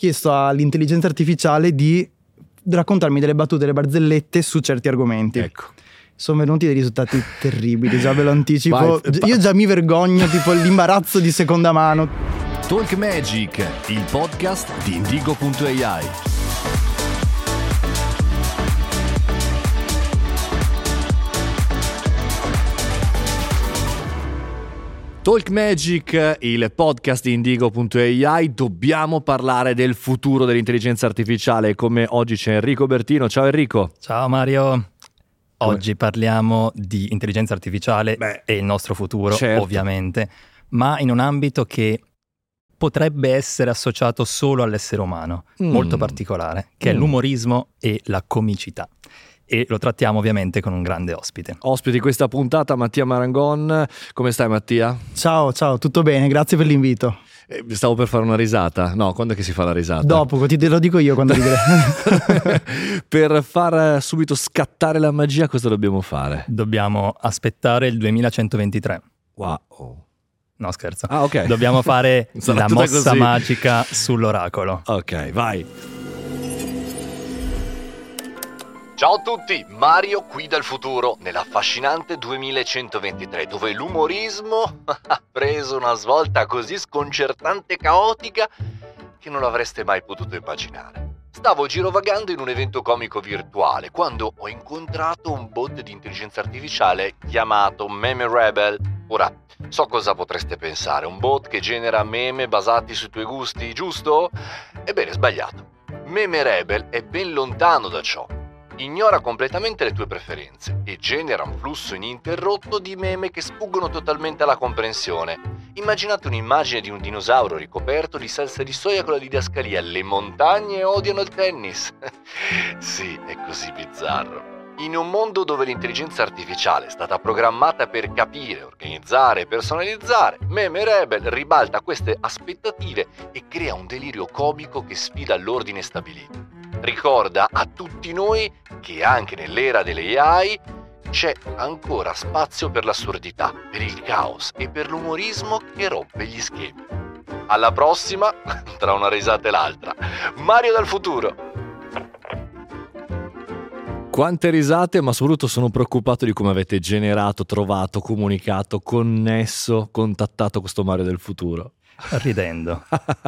chiesto all'intelligenza artificiale di raccontarmi delle battute, delle barzellette su certi argomenti. Ecco. Sono venuti dei risultati terribili, già ve lo anticipo. Io già mi vergogno, tipo l'imbarazzo di seconda mano. Talk Magic, il podcast di Indigo.ai. Talk Magic, il podcast di Indigo.ai. Dobbiamo parlare del futuro dell'intelligenza artificiale. Come oggi c'è Enrico Bertino. Ciao Enrico. Ciao Mario. Oggi parliamo di intelligenza artificiale e il nostro futuro, certo. Ovviamente, ma in un ambito che potrebbe essere associato solo all'essere umano, molto particolare, che è l'umorismo e la comicità. E lo trattiamo ovviamente con un grande ospite. Ospite di questa puntata, Mattia Marangon. Come stai, Mattia? Ciao, tutto bene, grazie per l'invito. Stavo per fare una risata. No, quando è che si fa la risata? Dopo, te lo dico io quando ridere. Per far subito scattare la magia, cosa dobbiamo fare? Dobbiamo aspettare il 2123. Wow. No, scherzo. Ah, ok. Dobbiamo fare la mossa così. magica sull'oracolo. Ok, vai. Ciao a tutti, Mario qui dal futuro, nell'affascinante 2123, dove l'umorismo ha preso una svolta così sconcertante e caotica che non l'avreste mai potuto immaginare. Stavo girovagando in un evento comico virtuale quando ho incontrato un bot di intelligenza artificiale chiamato Meme Rebel. Ora, so cosa potreste pensare, un bot che genera meme basati sui tuoi gusti, giusto? Ebbene, sbagliato. Meme Rebel è ben lontano da ciò. Ignora completamente le tue preferenze e genera un flusso ininterrotto di meme che sfuggono totalmente alla comprensione. Immaginate un'immagine di un dinosauro ricoperto di salsa di soia con la didascalia: le montagne odiano il tennis. Sì, è così bizzarro. In un mondo dove l'intelligenza artificiale è stata programmata per capire, organizzare e personalizzare, Meme Rebel ribalta queste aspettative e crea un delirio comico che sfida l'ordine stabilito. Ricorda a tutti noi che anche nell'era delle AI c'è ancora spazio per l'assurdità, per il caos e per l'umorismo che rompe gli schemi. Alla prossima, tra una risata e l'altra. Mario dal futuro! Quante risate, ma soprattutto sono preoccupato di come avete generato, trovato, comunicato, connesso, contattato questo Mario del futuro. Ridendo.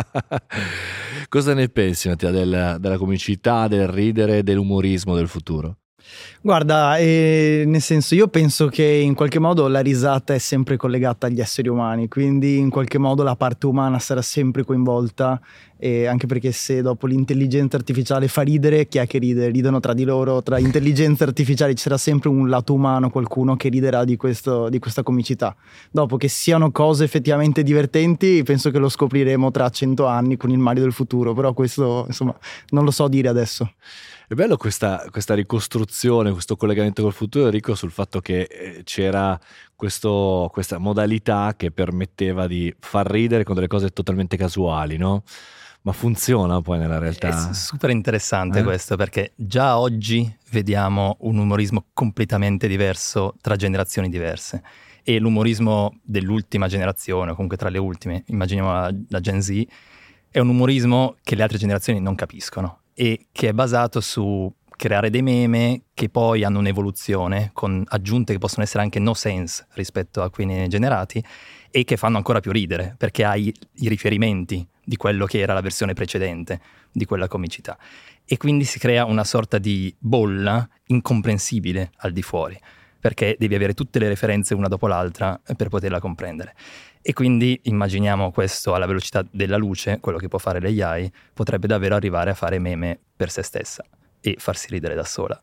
Cosa ne pensi, Mattia, della comicità, del ridere, dell'umorismo del futuro? Guarda, nel senso, io penso che in qualche modo la risata è sempre collegata agli esseri umani, quindi in qualche modo la parte umana sarà sempre coinvolta, e anche perché se dopo l'intelligenza artificiale fa ridere, chi è che ride? Ridono tra di loro, tra intelligenze artificiali ci sarà sempre un lato umano, qualcuno che riderà di questa comicità. Dopo che siano cose effettivamente divertenti, penso che lo scopriremo tra 100 anni con il Mario del futuro, però questo insomma non lo so dire adesso. È bello questa ricostruzione, questo collegamento col futuro, Enrico, sul fatto che c'era questa modalità che permetteva di far ridere con delle cose totalmente casuali, no? Ma funziona poi nella realtà? È super interessante questo, perché già oggi vediamo un umorismo completamente diverso tra generazioni diverse. E l'umorismo dell'ultima generazione, o comunque tra le ultime, immaginiamo la Gen Z, è un umorismo che le altre generazioni non capiscono e che è basato su creare dei meme che poi hanno un'evoluzione con aggiunte che possono essere anche no sense rispetto a quelli generati e che fanno ancora più ridere perché hai i riferimenti di quello che era la versione precedente di quella comicità, e quindi si crea una sorta di bolla incomprensibile al di fuori, perché devi avere tutte le referenze una dopo l'altra per poterla comprendere. E quindi immaginiamo questo alla velocità della luce, quello che può fare l'AI, potrebbe davvero arrivare a fare meme per se stessa e farsi ridere da sola.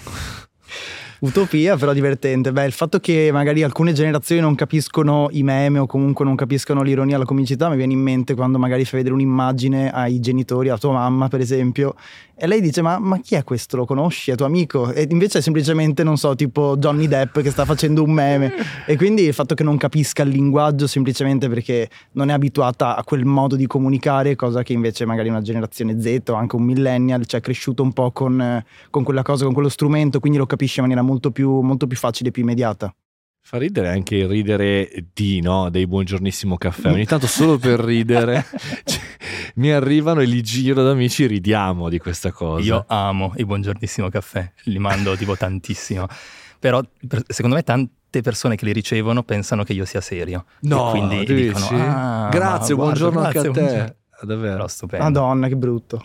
Utopia, però divertente. Beh, il fatto che magari alcune generazioni non capiscono i meme o comunque non capiscono l'ironia, la comicità, mi viene in mente quando magari fai vedere un'immagine ai genitori, a tua mamma per esempio, e lei dice ma chi è questo, lo conosci, è tuo amico? E invece è semplicemente, non so, tipo Johnny Depp che sta facendo un meme. E quindi il fatto che non capisca il linguaggio semplicemente perché non è abituata a quel modo di comunicare, cosa che invece magari una generazione Z o anche un millennial, cioè è cresciuto un po' con quella cosa, con quello strumento, quindi lo capisce in maniera molto più facile e più immediata. Fa ridere anche il ridere dei Buongiornissimo Caffè. Ogni tanto solo per ridere mi arrivano e li giro ad amici, ridiamo di questa cosa. Io amo i Buongiornissimo Caffè, li mando tipo tantissimo. Però secondo me tante persone che li ricevono pensano che io sia serio. No, e quindi dicono, grazie, buongiorno guarda, anche a te. buongiorno. Davvero. Però stupendo. Madonna, che brutto.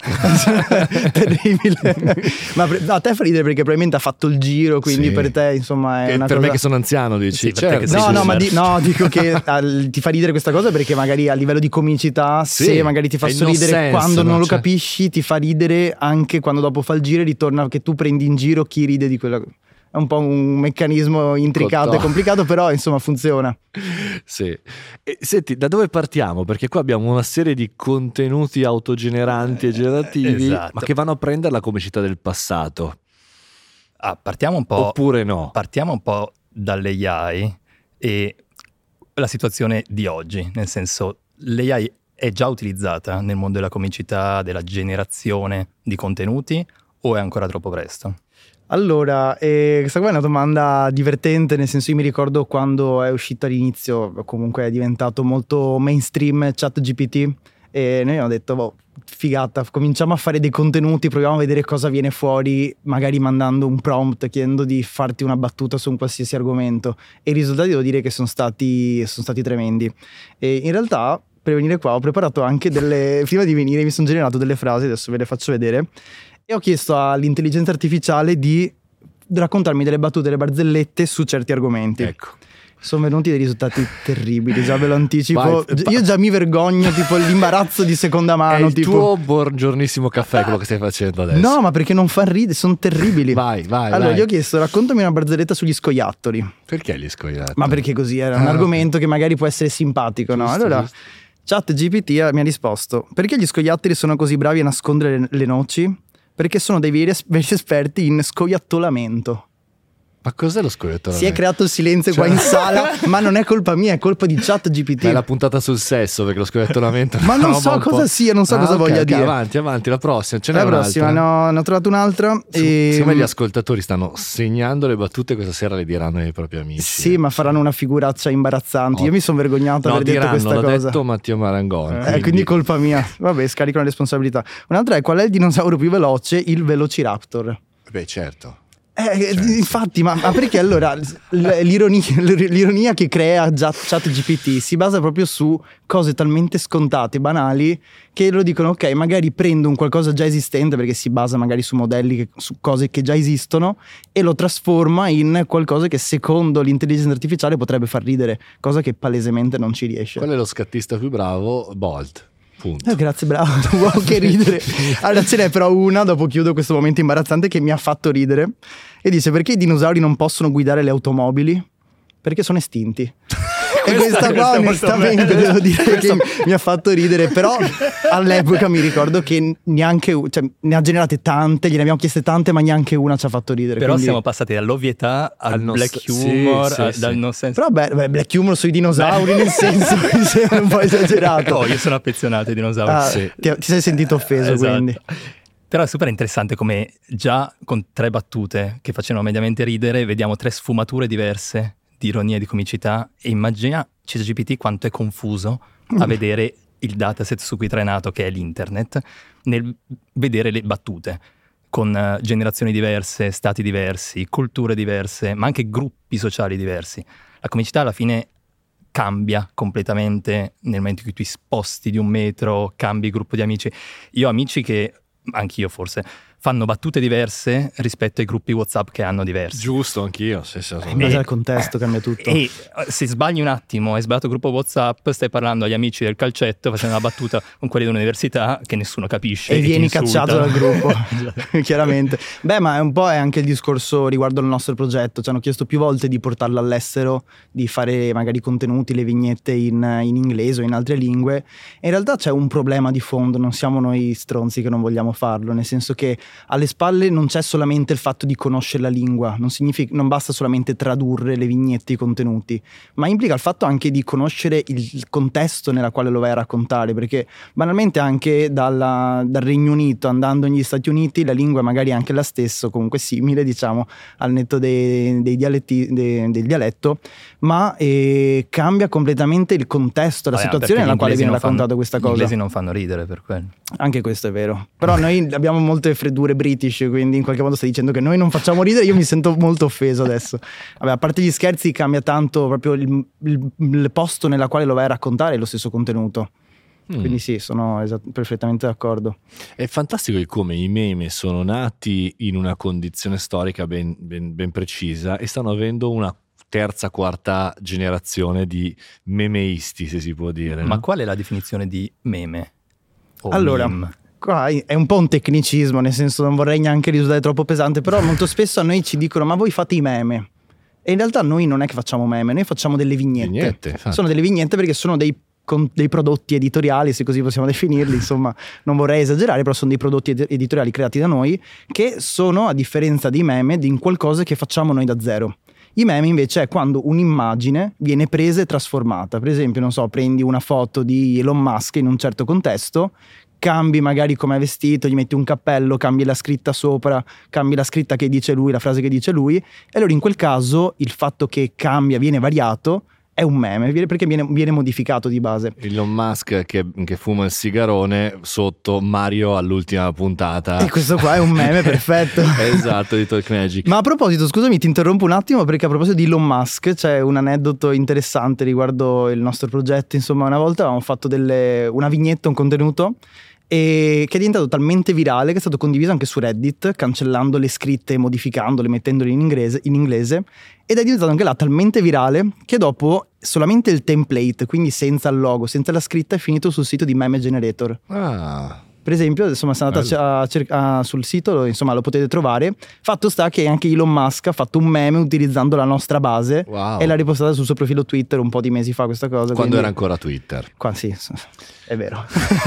Terribile. Ma a te fa ridere perché probabilmente ha fatto il giro, quindi Sì. per te insomma è una per cosa... me che sono anziano dici? Sì, per te che sei No, boomer. ma dico che ti fa ridere questa cosa perché magari a livello di comicità, Sì, se magari ti fa è sorridere innocence, quando non no? lo Cioè- capisci, ti fa ridere anche quando dopo fa il giro e ritorna che tu prendi in giro chi ride di quella. È un po' un meccanismo intricato Cotto. e complicato, però insomma funziona. Sì. E, senti, da dove partiamo? Perché qua abbiamo una serie di contenuti autogeneranti e generativi, esatto. ma che vanno a prendere la comicità del passato. Partiamo un po'. Oppure no? Partiamo un po' dall'AI e la situazione di oggi, nel senso l'AI è già utilizzata nel mondo della comicità, della generazione di contenuti o è ancora troppo presto? Allora, questa qua è una domanda divertente, nel senso io mi ricordo quando è uscito all'inizio, comunque è diventato molto mainstream ChatGPT e noi abbiamo detto, figata, cominciamo a fare dei contenuti, proviamo a vedere cosa viene fuori, magari mandando un prompt, chiedendo di farti una battuta su un qualsiasi argomento e i risultati devo dire che sono stati tremendi. E in realtà per venire qua ho preparato anche prima di venire mi sono generato delle frasi, adesso ve le faccio vedere. E ho chiesto all'intelligenza artificiale di raccontarmi delle battute, delle barzellette su certi argomenti. Ecco. Sono venuti dei risultati terribili, già ve lo anticipo. Vai. Io già mi vergogno, tipo l'imbarazzo di seconda mano. È il tipo... tuo buongiornissimo caffè quello che stai facendo adesso. No, ma perché non fa ridere, sono terribili. Vai. Allora, io ho chiesto, raccontami una barzelletta sugli scoiattoli. Perché gli scoiattoli? Ma perché così era un argomento che magari può essere simpatico, no? Giusto, Allora, giusto. ChatGPT mi ha risposto: perché gli scoiattoli sono così bravi a nascondere le noci? Perché sono dei veri esperti in scoiattolamento. Ma cos'è lo scoiattolo? Si è creato il silenzio qua in sala, ma non è colpa mia, è colpa di ChatGPT. Ma è la puntata sul sesso, perché lo scoiattolamento è Ma una non roba so un po'- cosa sia, non so cosa ok, voglia ok, dire. Avanti, la prossima. Ce n'è La un'altra? prossima, ne ho trovato un'altra. Secondo me gli ascoltatori stanno segnando le battute, questa sera le diranno ai propri amici. Sì, ma faranno una figuraccia imbarazzante. No. Io mi sono vergognato No, aver detto diranno, questa l'ha cosa. detto Matteo Marangoni. Quindi colpa mia. Vabbè, scaricano le responsabilità. Un'altra è: qual è il dinosauro più veloce? Il Velociraptor. Beh, certo. Infatti, ma perché allora l'ironia che crea ChatGPT si basa proprio su cose talmente scontate, banali, che lo dicono, ok, magari prendo un qualcosa già esistente, perché si basa magari su modelli, su cose che già esistono, e lo trasforma in qualcosa che secondo l'intelligenza artificiale potrebbe far ridere, cosa che palesemente non ci riesce. Qual è lo scattista più bravo? Bolt. Punto. Grazie, bravo, wow, che ridere. Allora ce n'è però una, dopo chiudo questo momento imbarazzante, che mi ha fatto ridere e dice: perché i dinosauri non possono guidare le automobili? Perché sono estinti. E questa qua onestamente devo dire che mi ha fatto ridere, però all'epoca mi ricordo che neanche, cioè, ne ha generate tante, gliene abbiamo chieste tante, ma neanche una ci ha fatto ridere. Però quindi... siamo passati dall'ovvietà al black sì, humor, sì, dal sì. non senso. Però beh, black humor sui dinosauri, nel senso mi sembra un po' esagerato. Oh, io sono affezionato ai dinosauri. Ah, sì. ti sei sentito offeso, Esatto. quindi. Però è super interessante come già con 3 battute che facevano mediamente ridere vediamo 3 sfumature diverse di ironia e di comicità, e immagina ChatGPT quanto è confuso a vedere il dataset su cui è trainato, che è l'internet, nel vedere le battute con generazioni diverse, stati diversi, culture diverse, ma anche gruppi sociali diversi. La comicità alla fine cambia completamente nel momento in cui tu sposti di un metro, cambi gruppo di amici. Io ho amici che, anch'io forse, fanno battute diverse rispetto ai gruppi WhatsApp che hanno diversi. Giusto, anch'io. Sì, In base al contesto cambia tutto. E se sbagli un attimo, hai sbagliato il gruppo WhatsApp, stai parlando agli amici del calcetto, facendo una battuta con quelli dell'università che nessuno capisce. E vieni ti cacciato dal gruppo. Esatto. Chiaramente. Beh, ma è un po' anche il discorso riguardo al nostro progetto. Ci hanno chiesto più volte di portarlo all'estero, di fare magari contenuti, le vignette in inglese o in altre lingue. E in realtà c'è un problema di fondo, non siamo noi stronzi che non vogliamo farlo, nel senso che alle spalle non c'è solamente il fatto di conoscere la lingua, non basta solamente tradurre le vignette, i contenuti, ma implica il fatto anche di conoscere il contesto nella quale lo vai a raccontare, perché banalmente anche dal Regno Unito andando negli Stati Uniti la lingua magari è anche la stessa, comunque simile, diciamo, al netto del dialetto, ma cambia completamente il contesto, la situazione nella quale viene raccontata questa cosa. Gli inglesi non fanno ridere per quello. Anche questo è vero, però noi abbiamo molte freddure british, quindi in qualche modo stai dicendo che noi non facciamo ridere. Io mi sento molto offeso adesso. Vabbè, a parte gli scherzi, cambia tanto proprio il posto nella quale lo vai a raccontare lo stesso contenuto. Quindi sì, sono perfettamente d'accordo. È fantastico di come i meme sono nati in una condizione storica ben precisa e stanno avendo una terza, quarta generazione di memeisti, se si può dire. Ma no? qual è la definizione di meme? Allora, meme? Qua è un po' un tecnicismo, nel senso non vorrei neanche risultare troppo pesante, però molto spesso a noi ci dicono ma voi fate i meme. E in realtà noi non è che facciamo meme, noi facciamo delle vignette. Sono delle vignette perché sono dei prodotti editoriali, se così possiamo definirli, insomma non vorrei esagerare, però sono dei prodotti editoriali creati da noi che sono, a differenza dei meme, di qualcosa che facciamo noi da zero. I meme invece è quando un'immagine viene presa e trasformata. Per esempio, non so, prendi una foto di Elon Musk in un certo contesto, cambi magari come è vestito, gli metti un cappello, cambi la scritta sopra, cambi la scritta che dice lui, la frase che dice lui, e allora in quel caso il fatto che cambia, viene variato, è un meme, perché viene modificato di base. Elon Musk che fuma il sigarone sotto Mario all'ultima puntata. E questo qua è un meme perfetto. Esatto, di Talk Magic. Ma a proposito, scusami, ti interrompo un attimo, perché a proposito di Elon Musk c'è un aneddoto interessante riguardo il nostro progetto. Insomma, una volta avevamo fatto una vignetta, un contenuto, e che è diventato talmente virale che è stato condiviso anche su Reddit, cancellando le scritte, modificandole, mettendole in inglese, ed è diventato anche là talmente virale che dopo solamente il template, quindi senza il logo, senza la scritta, è finito sul sito di Meme Generator. Per esempio, insomma, sono andato sul sito, insomma, lo potete trovare. Fatto sta che anche Elon Musk ha fatto un meme utilizzando la nostra base e l'ha ripostata sul suo profilo Twitter un po' di mesi fa questa cosa. Quando era ancora Twitter. Sì, è vero.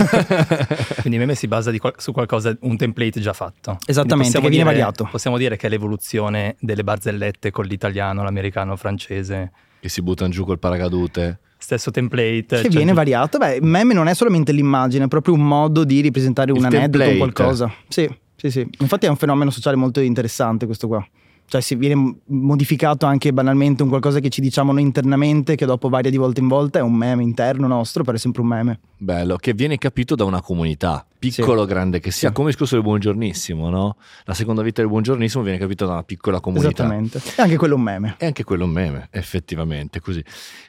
Quindi il meme si basa su qualcosa, un template già fatto. Esattamente, che viene variato. Possiamo dire che è l'evoluzione delle barzellette con l'italiano, l'americano, il francese. Che si buttano giù col paracadute. Stesso template. Che viene variato. Beh, il meme non è solamente l'immagine, è proprio un modo di ripresentare un aneddoto o qualcosa. Sì. Infatti è un fenomeno sociale molto interessante questo qua. Cioè si viene modificato anche banalmente un qualcosa che ci diciamo noi internamente, che dopo varia di volta in volta è un meme interno nostro, però è sempre un meme. Bello, che viene capito da una comunità, piccolo o grande che sia, come il discorso del Buongiornissimo, no? La seconda vita del Buongiornissimo viene capito da una piccola comunità. Esattamente, e anche quello è un meme. E anche quello è un meme, effettivamente, così.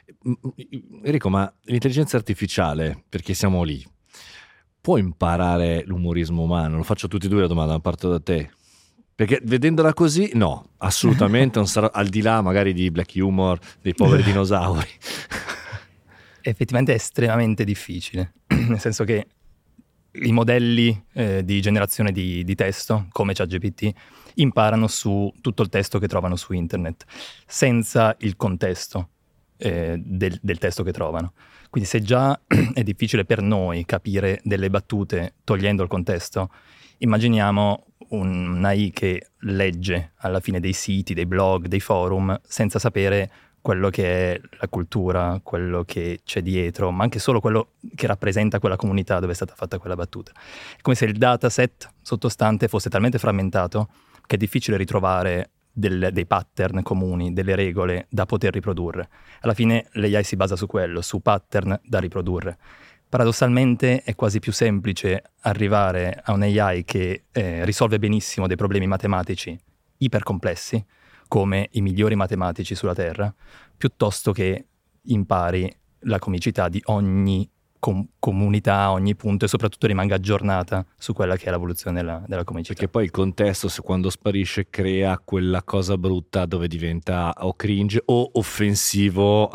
Enrico, ma l'intelligenza artificiale, perché siamo lì, può imparare l'umorismo umano? Lo faccio a tutti e due la domanda, parto da te. Perché vedendola così, no, assolutamente non sarà, al di là magari di black humor, dei poveri dinosauri. Effettivamente è estremamente difficile, nel senso che i modelli di generazione di testo, come ChatGPT, imparano su tutto il testo che trovano su internet, senza il contesto del testo che trovano. Quindi se già è difficile per noi capire delle battute togliendo il contesto, immaginiamo un AI che legge alla fine dei siti, dei blog, dei forum, senza sapere quello che è la cultura, quello che c'è dietro, ma anche solo quello che rappresenta quella comunità dove è stata fatta quella battuta. È come se il dataset sottostante fosse talmente frammentato che è difficile ritrovare dei pattern comuni, delle regole da poter riprodurre. Alla fine l'AI si basa su quello, su pattern da riprodurre. Paradossalmente è quasi più semplice arrivare a un AI che risolve benissimo dei problemi matematici ipercomplessi, come i migliori matematici sulla Terra, piuttosto che impari la comicità di ogni comunità, ogni punto, e soprattutto rimanga aggiornata su quella che è l'evoluzione della comicità. Perché poi il contesto, quando sparisce, crea quella cosa brutta dove diventa o cringe o offensivo,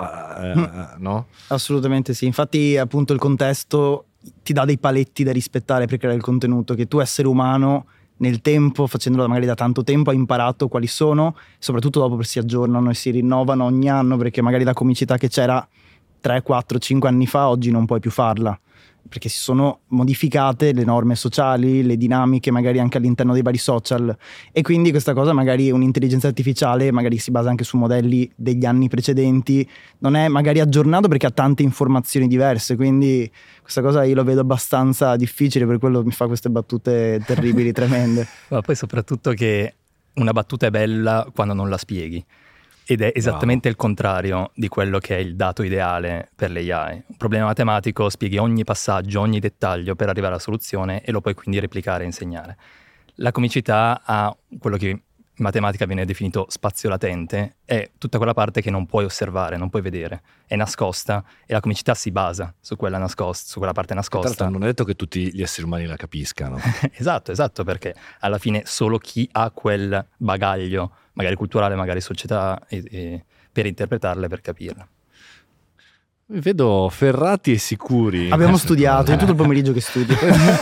no? Assolutamente sì, infatti appunto il contesto ti dà dei paletti da rispettare per creare il contenuto, che tu essere umano nel tempo, facendolo magari da tanto tempo, hai imparato quali sono, soprattutto dopo si aggiornano e si rinnovano ogni anno, perché magari la comicità che c'era 3, 4, 5 anni fa oggi non puoi più farla, perché si sono modificate le norme sociali, le dinamiche magari anche all'interno dei vari social, e quindi questa cosa magari un'intelligenza artificiale magari si basa anche su modelli degli anni precedenti, non è magari aggiornato perché ha tante informazioni diverse, quindi questa cosa io lo vedo abbastanza difficile, per quello mi fa queste battute terribili, tremende. Ma poi soprattutto che una battuta è bella quando non la spieghi. Ed è esattamente il contrario di quello che è il dato ideale per l'AI. Un problema matematico spieghi ogni passaggio, ogni dettaglio per arrivare alla soluzione e lo puoi quindi replicare e insegnare. La comicità ha quello che in matematica viene definito spazio latente, è tutta quella parte che non puoi osservare, non puoi vedere, è nascosta e la comicità si basa su quella nascosta, su quella parte nascosta. Tra l'altro non è detto che tutti gli esseri umani la capiscano. Esatto, perché alla fine solo chi ha quel bagaglio magari culturale, magari società, per interpretarle, per capirle. Vedo ferrati e sicuri. Abbiamo studiato, è tutto il pomeriggio che studio.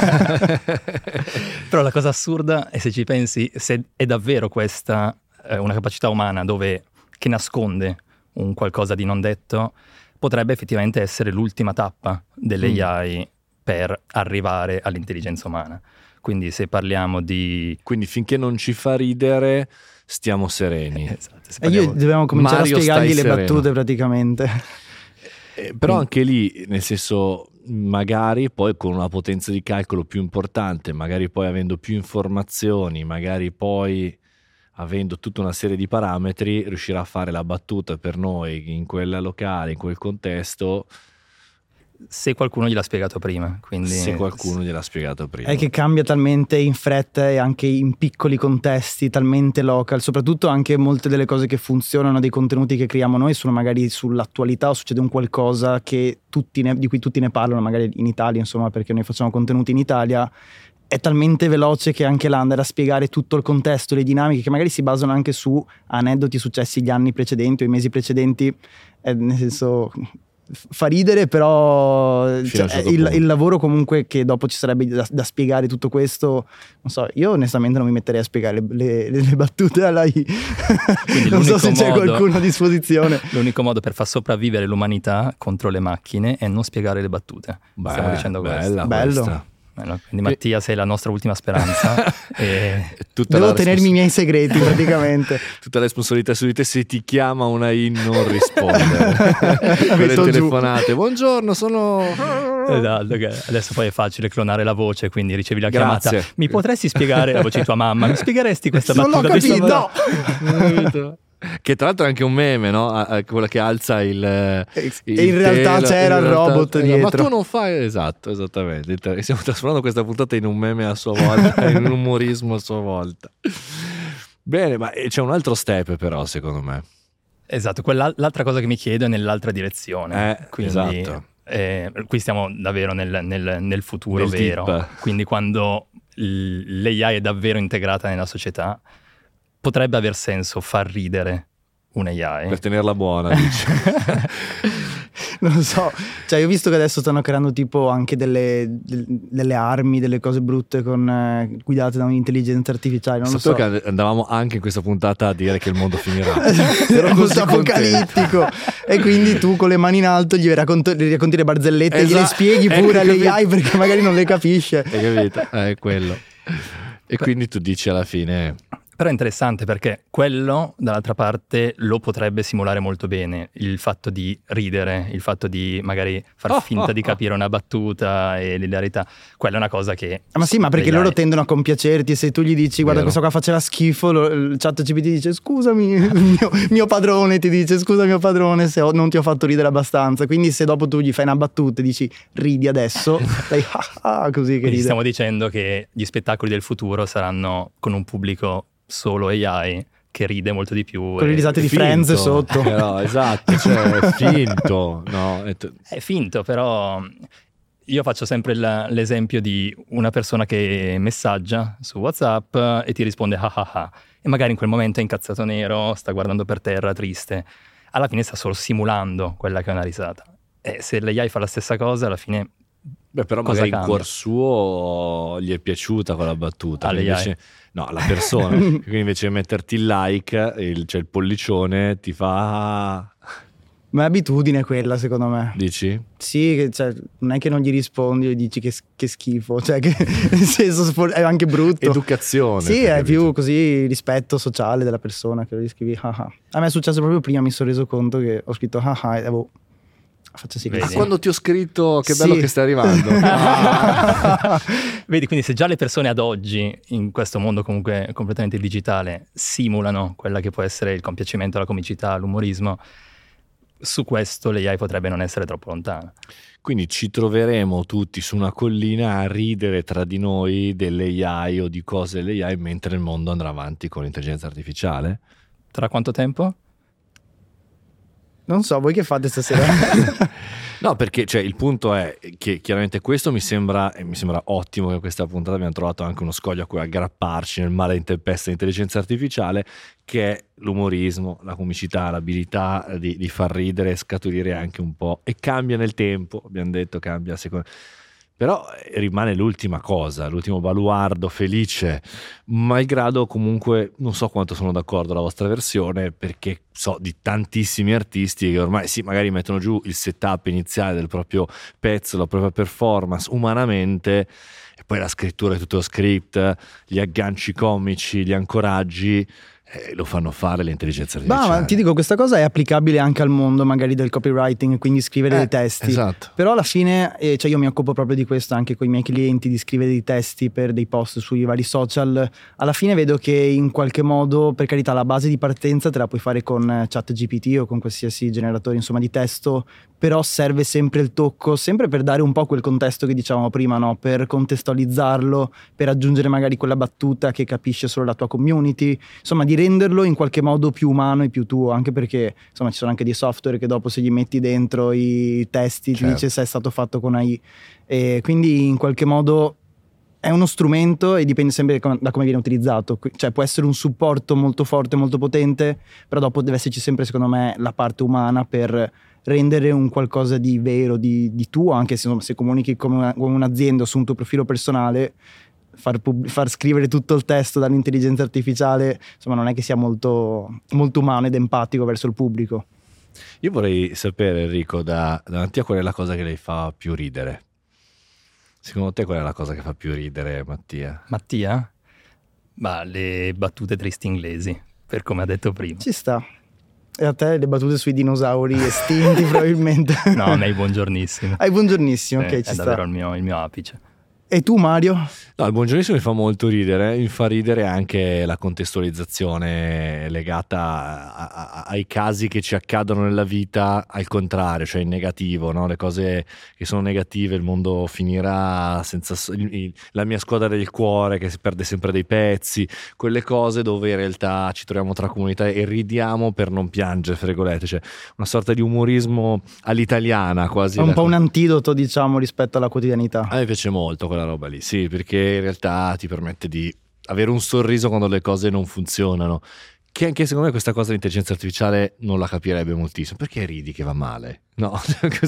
Però la cosa assurda è, se ci pensi, se è davvero questa una capacità umana che nasconde un qualcosa di non detto, potrebbe effettivamente essere l'ultima tappa delle AI per arrivare all'intelligenza umana. Quindi se parliamo di... Quindi finché non ci fa ridere stiamo sereni. Esatto, Io dobbiamo cominciare Mario, a spiegargli le stai battute praticamente. Però anche lì, nel senso, magari poi con una potenza di calcolo più importante, magari poi avendo più informazioni, magari poi avendo tutta una serie di parametri, riuscirà a fare la battuta per noi in quel locale, in quel contesto. Se qualcuno gliel'ha spiegato prima. Quindi... Se qualcuno gliel'ha spiegato prima. È che cambia talmente in fretta e anche in piccoli contesti, talmente local, soprattutto anche molte delle cose che funzionano, dei contenuti che creiamo noi sono magari sull'attualità, o succede un qualcosa che di cui tutti ne parlano, magari in Italia, insomma, perché noi facciamo contenuti in Italia. È talmente veloce che anche là andare a spiegare tutto il contesto, le dinamiche che magari si basano anche su aneddoti successi gli anni precedenti o i mesi precedenti, nel senso... fa ridere, però il lavoro comunque che dopo ci sarebbe da spiegare tutto questo, non so, io onestamente non mi metterei a spiegare le battute alla AI. Non so se c'è qualcuno a disposizione. L'unico modo per far sopravvivere l'umanità contro le macchine è non spiegare le battute. Stiamo dicendo questo. Bello. Quindi Mattia, sei la nostra ultima speranza. Devo tenermi i miei segreti praticamente. Tutta la responsabilità su di te, se ti chiama una AI non rispondere. Quelle telefonate, buongiorno, sono... Esatto, adesso poi è facile clonare la voce, quindi ricevi la chiamata. Mi potresti spiegare la voce di tua mamma? Mi spiegheresti questa battuta? Non l'ho capito! Che tra l'altro è anche un meme, no? Quella che alza il e in realtà c'era il robot dietro. Ma tu non fai... Esatto, esattamente. Stiamo trasformando questa puntata in un meme a sua volta, in un umorismo a sua volta. Bene, ma c'è un altro step però, secondo me. Esatto, l'altra cosa che mi chiedo è nell'altra direzione. Quindi, esatto. Qui stiamo davvero nel futuro nel vero. Deep. Quindi quando l'AI è davvero integrata nella società, potrebbe aver senso far ridere un'AI. Per tenerla buona, dici. Non lo so, cioè io ho visto che adesso stanno creando tipo anche delle armi, delle cose brutte guidate da un'intelligenza artificiale, non lo so. Che andavamo anche in questa puntata a dire che il mondo finirà. Era molto apocalittico. E quindi tu con le mani in alto gli racconti le barzellette, gliele spieghi pure all'AI perché magari non le capisce. Hai capito? È quello. E quindi tu dici alla fine... Però è interessante perché quello, dall'altra parte, lo potrebbe simulare molto bene. Il fatto di ridere, il fatto di magari far finta di capire una battuta e l'ilarità. Quella è una cosa che... Ma sì, ma perché loro tendono a compiacerti. Se tu gli dici, guarda, questo qua faceva schifo, il chat GPT dice, scusami, mio padrone, ti dice, scusa mio padrone se non ti ho fatto ridere abbastanza. Quindi se dopo tu gli fai una battuta e dici, ridi adesso, lei così che ride. Stiamo dicendo che gli spettacoli del futuro saranno con un pubblico solo AI che ride molto di più, con le risate di Friends sotto. No, esatto, cioè è finto, no? È finto, però io faccio sempre l'esempio di una persona che messaggia su WhatsApp e ti risponde e magari in quel momento è incazzato nero, sta guardando per terra triste, alla fine sta solo simulando quella che è una risata, e se l'AI fa la stessa cosa alla fine... Beh, però magari in cuor suo gli è piaciuta quella battuta. Invece, no, la persona. Quindi invece di metterti il like, cioè il pollicione, ti fa... Ma è abitudine quella, secondo me. Dici? Sì, cioè, non è che non gli rispondi e dici che schifo, cioè che nel senso è anche brutto. Educazione. Sì, è più così rispetto sociale della persona che gli scrivi haha. A me è successo proprio prima, mi sono reso conto che ho scritto haha e avevo faccio sì. Quando ti ho scritto che bello che stai arrivando. Vedi, quindi se già le persone ad oggi, in questo mondo comunque completamente digitale, simulano quella che può essere il compiacimento, la comicità, l'umorismo, su questo l'AI potrebbe non essere troppo lontana. Quindi ci troveremo tutti su una collina a ridere tra di noi dell'AI o di cose dell'AI mentre il mondo andrà avanti con l'intelligenza artificiale? Tra quanto tempo? Non so, voi che fate stasera? No, perché cioè, il punto è che chiaramente questo mi sembra ottimo che in questa puntata abbiamo trovato anche uno scoglio a cui aggrapparci nel mare in tempesta dell'intelligenza artificiale, che è l'umorismo, la comicità, l'abilità di far ridere e scaturire anche un po', e cambia nel tempo, abbiamo detto, cambia a seconda. Però rimane l'ultima cosa, l'ultimo baluardo felice, malgrado comunque non so quanto sono d'accordo alla vostra versione, perché so di tantissimi artisti che ormai sì, magari mettono giù il setup iniziale del proprio pezzo, la propria performance umanamente, e poi la scrittura di tutto lo script, gli agganci comici, gli ancoraggi, lo fanno fare l'intelligenza artificiale. Ma ti dico, questa cosa è applicabile anche al mondo magari del copywriting, quindi scrivere dei testi. Esatto. Però alla fine, cioè io mi occupo proprio di questo anche con i miei clienti, di scrivere dei testi per dei post sui vari social. Alla fine vedo che in qualche modo, per carità, la base di partenza te la puoi fare con ChatGPT o con qualsiasi generatore insomma di testo, però serve sempre il tocco, sempre per dare un po' quel contesto che dicevamo prima, no? Per contestualizzarlo, per aggiungere magari quella battuta che capisce solo la tua community, insomma di renderlo in qualche modo più umano e più tuo, anche perché insomma ci sono anche dei software che dopo se gli metti dentro i testi ti dice se è stato fatto con AI, e quindi in qualche modo è uno strumento e dipende sempre da come viene utilizzato, cioè può essere un supporto molto forte, molto potente, però dopo deve esserci sempre secondo me la parte umana per rendere un qualcosa di vero, di tuo, anche se, insomma, se comunichi come un'azienda o su un tuo profilo personale, far scrivere tutto il testo dall'intelligenza artificiale, insomma non è che sia molto, molto umano ed empatico verso il pubblico. Io vorrei sapere, Enrico, davanti a qual è la cosa che lei fa più ridere? Secondo te qual è la cosa che fa più ridere Mattia? Mattia? Ma le battute tristi inglesi, per come ha detto prima. Ci sta. E a te le battute sui dinosauri estinti probabilmente? No, a me i buongiornissimo. Ah, i buongiornissimo, ok, ci sta. È davvero il mio apice. E tu Mario? No, il buongiornissimo mi fa molto ridere, mi fa ridere anche la contestualizzazione legata ai casi che ci accadono nella vita al contrario, cioè in negativo, no? Le cose che sono negative, il mondo finirà senza la mia squadra del cuore che si perde sempre dei pezzi, quelle cose dove in realtà ci troviamo tra comunità e ridiamo per non piangere, fregolette, cioè una sorta di umorismo all'italiana quasi. È un po' un antidoto, diciamo, rispetto alla quotidianità. A me piace molto quella roba lì, sì, perché in realtà ti permette di avere un sorriso quando le cose non funzionano, che anche secondo me questa cosa dell'intelligenza artificiale non la capirebbe moltissimo. Perché ridi che va male? No.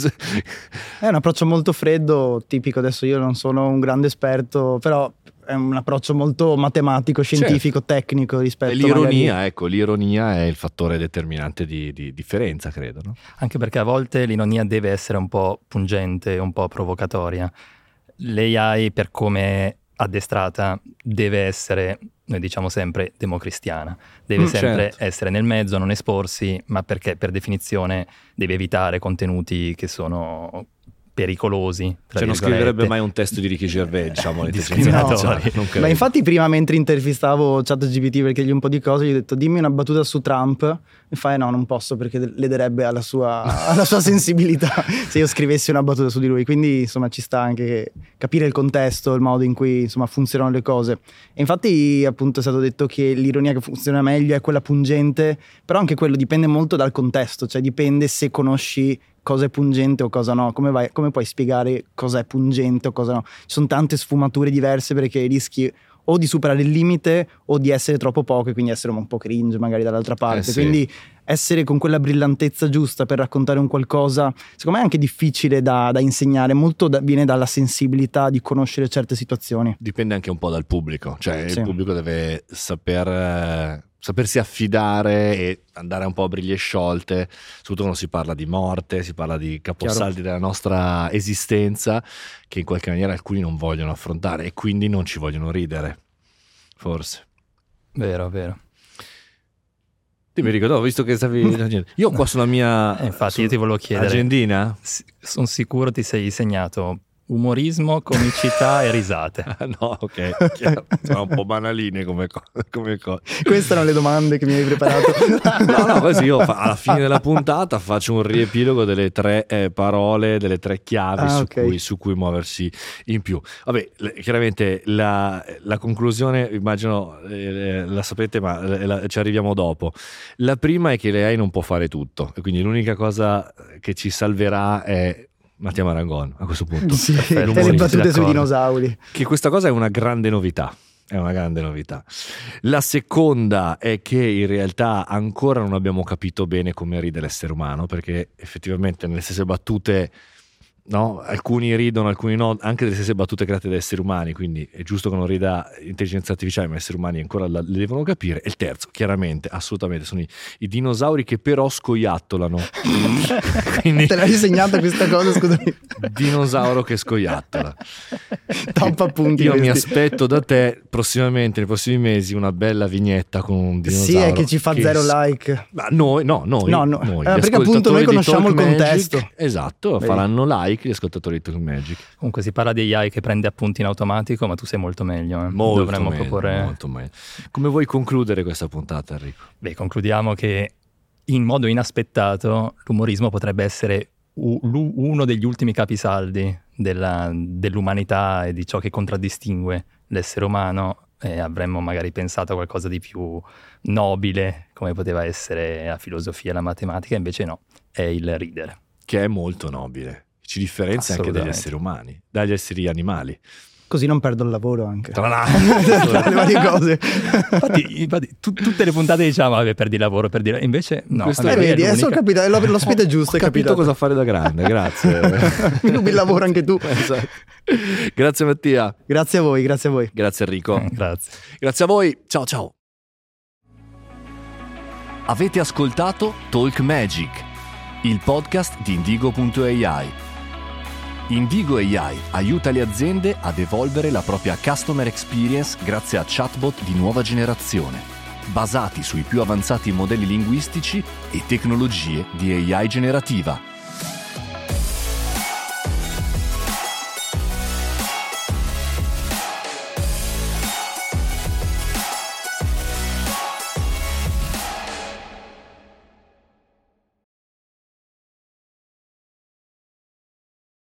È un approccio molto freddo, tipico. Adesso io non sono un grande esperto, però è un approccio molto matematico, scientifico, tecnico rispetto a l'ironia, magari... ecco, l'ironia è il fattore determinante di differenza, credo, no? Anche perché a volte l'ironia deve essere un po' pungente, un po' provocatoria. L'AI, per come è addestrata, deve essere, noi diciamo sempre, democristiana. Deve sempre essere nel mezzo, non esporsi, ma perché per definizione deve evitare contenuti che sono pericolosi. Cioè non scriverebbe mai un testo di Ricky Gervais, diciamo, discriminatori. Ma infatti prima, mentre intervistavo ChatGPT perché gli un po' di cose, gli ho detto dimmi una battuta su Trump, e fa no, non posso perché lederebbe alla sua sensibilità se io scrivessi una battuta su di lui. Quindi insomma ci sta anche capire il contesto, il modo in cui insomma funzionano le cose. E infatti appunto è stato detto che l'ironia che funziona meglio è quella pungente, però anche quello dipende molto dal contesto, cioè dipende se conosci cosa è pungente o cosa no, come puoi spiegare cosa è pungente o cosa no. Ci sono tante sfumature diverse perché rischi o di superare il limite o di essere troppo poco e quindi essere un po' cringe magari dall'altra parte, sì. Quindi essere con quella brillantezza giusta per raccontare un qualcosa secondo me è anche difficile da insegnare, molto viene dalla sensibilità di conoscere certe situazioni. Dipende anche un po' dal pubblico, cioè il pubblico deve saper sapersi affidare e andare un po' a briglie sciolte, soprattutto quando si parla di morte, si parla di caposaldi della nostra esistenza, che in qualche maniera alcuni non vogliono affrontare e quindi non ci vogliono ridere, forse. Vero. Ti mi ricordo, visto che stavi... Io qua sulla mia infatti io ti volevo chiedere, agendina, sono sicuro ti sei segnato umorismo, comicità e risate. No, ok, chiaro. Sono un po' banaline come cose. Queste erano le domande che mi hai preparato. No, così io alla fine della puntata faccio un riepilogo delle 3 parole, delle 3 chiavi su cui muoversi in più. Vabbè, chiaramente la conclusione, immagino la sapete, ma ci arriviamo dopo. La prima è che l'AI non può fare tutto, e quindi l'unica cosa che ci salverà è Mattia Marangon a questo punto. Sì, le battute sui dinosauri. Che questa cosa è una grande novità. La seconda è che in realtà ancora non abbiamo capito bene come ride l'essere umano, perché effettivamente nelle stesse battute, no, alcuni ridono, alcuni no, anche delle stesse battute create da esseri umani, quindi è giusto che non rida intelligenza artificiale, ma esseri umani ancora le devono capire. E il terzo, chiaramente, assolutamente, sono i dinosauri che però scoiattolano. Quindi, te l'hai segnata questa cosa, scusami. Dinosauro che scoiattola. Top appunti. Io mi aspetto da te prossimamente, nei prossimi mesi, una bella vignetta con un dinosauro. Sì, è che ci fa 0 like. Ma noi. Perché appunto noi conosciamo il contesto. Esatto, faranno like gli ascoltatori di Talk Magic. Comunque si parla di AI che prende appunti in automatico, ma tu sei molto meglio. Molto meglio. Come vuoi concludere questa puntata, Enrico? Beh, concludiamo che in modo inaspettato l'umorismo potrebbe essere uno degli ultimi capisaldi dell'umanità e di ciò che contraddistingue l'essere umano, e avremmo magari pensato a qualcosa di più nobile, come poteva essere la filosofia e la matematica, invece no, è il ridere. Che è molto nobile. Ci differenzia anche dagli esseri umani, dagli esseri animali. Così non perdo il lavoro anche. Tra le varie cose. Infatti tutte le puntate diciamo perdi il lavoro, invece no. Vedi, adesso ho capito, l'ospite è giusto. Ho capito cosa fare da grande, grazie. Mi rubi il lavoro anche tu. Esatto. Grazie Mattia. Grazie a voi. Grazie Enrico. Grazie a voi, ciao. Avete ascoltato Talk Magic, il podcast di Indigo.ai. Indigo AI aiuta le aziende ad evolvere la propria customer experience grazie a chatbot di nuova generazione, basati sui più avanzati modelli linguistici e tecnologie di AI generativa.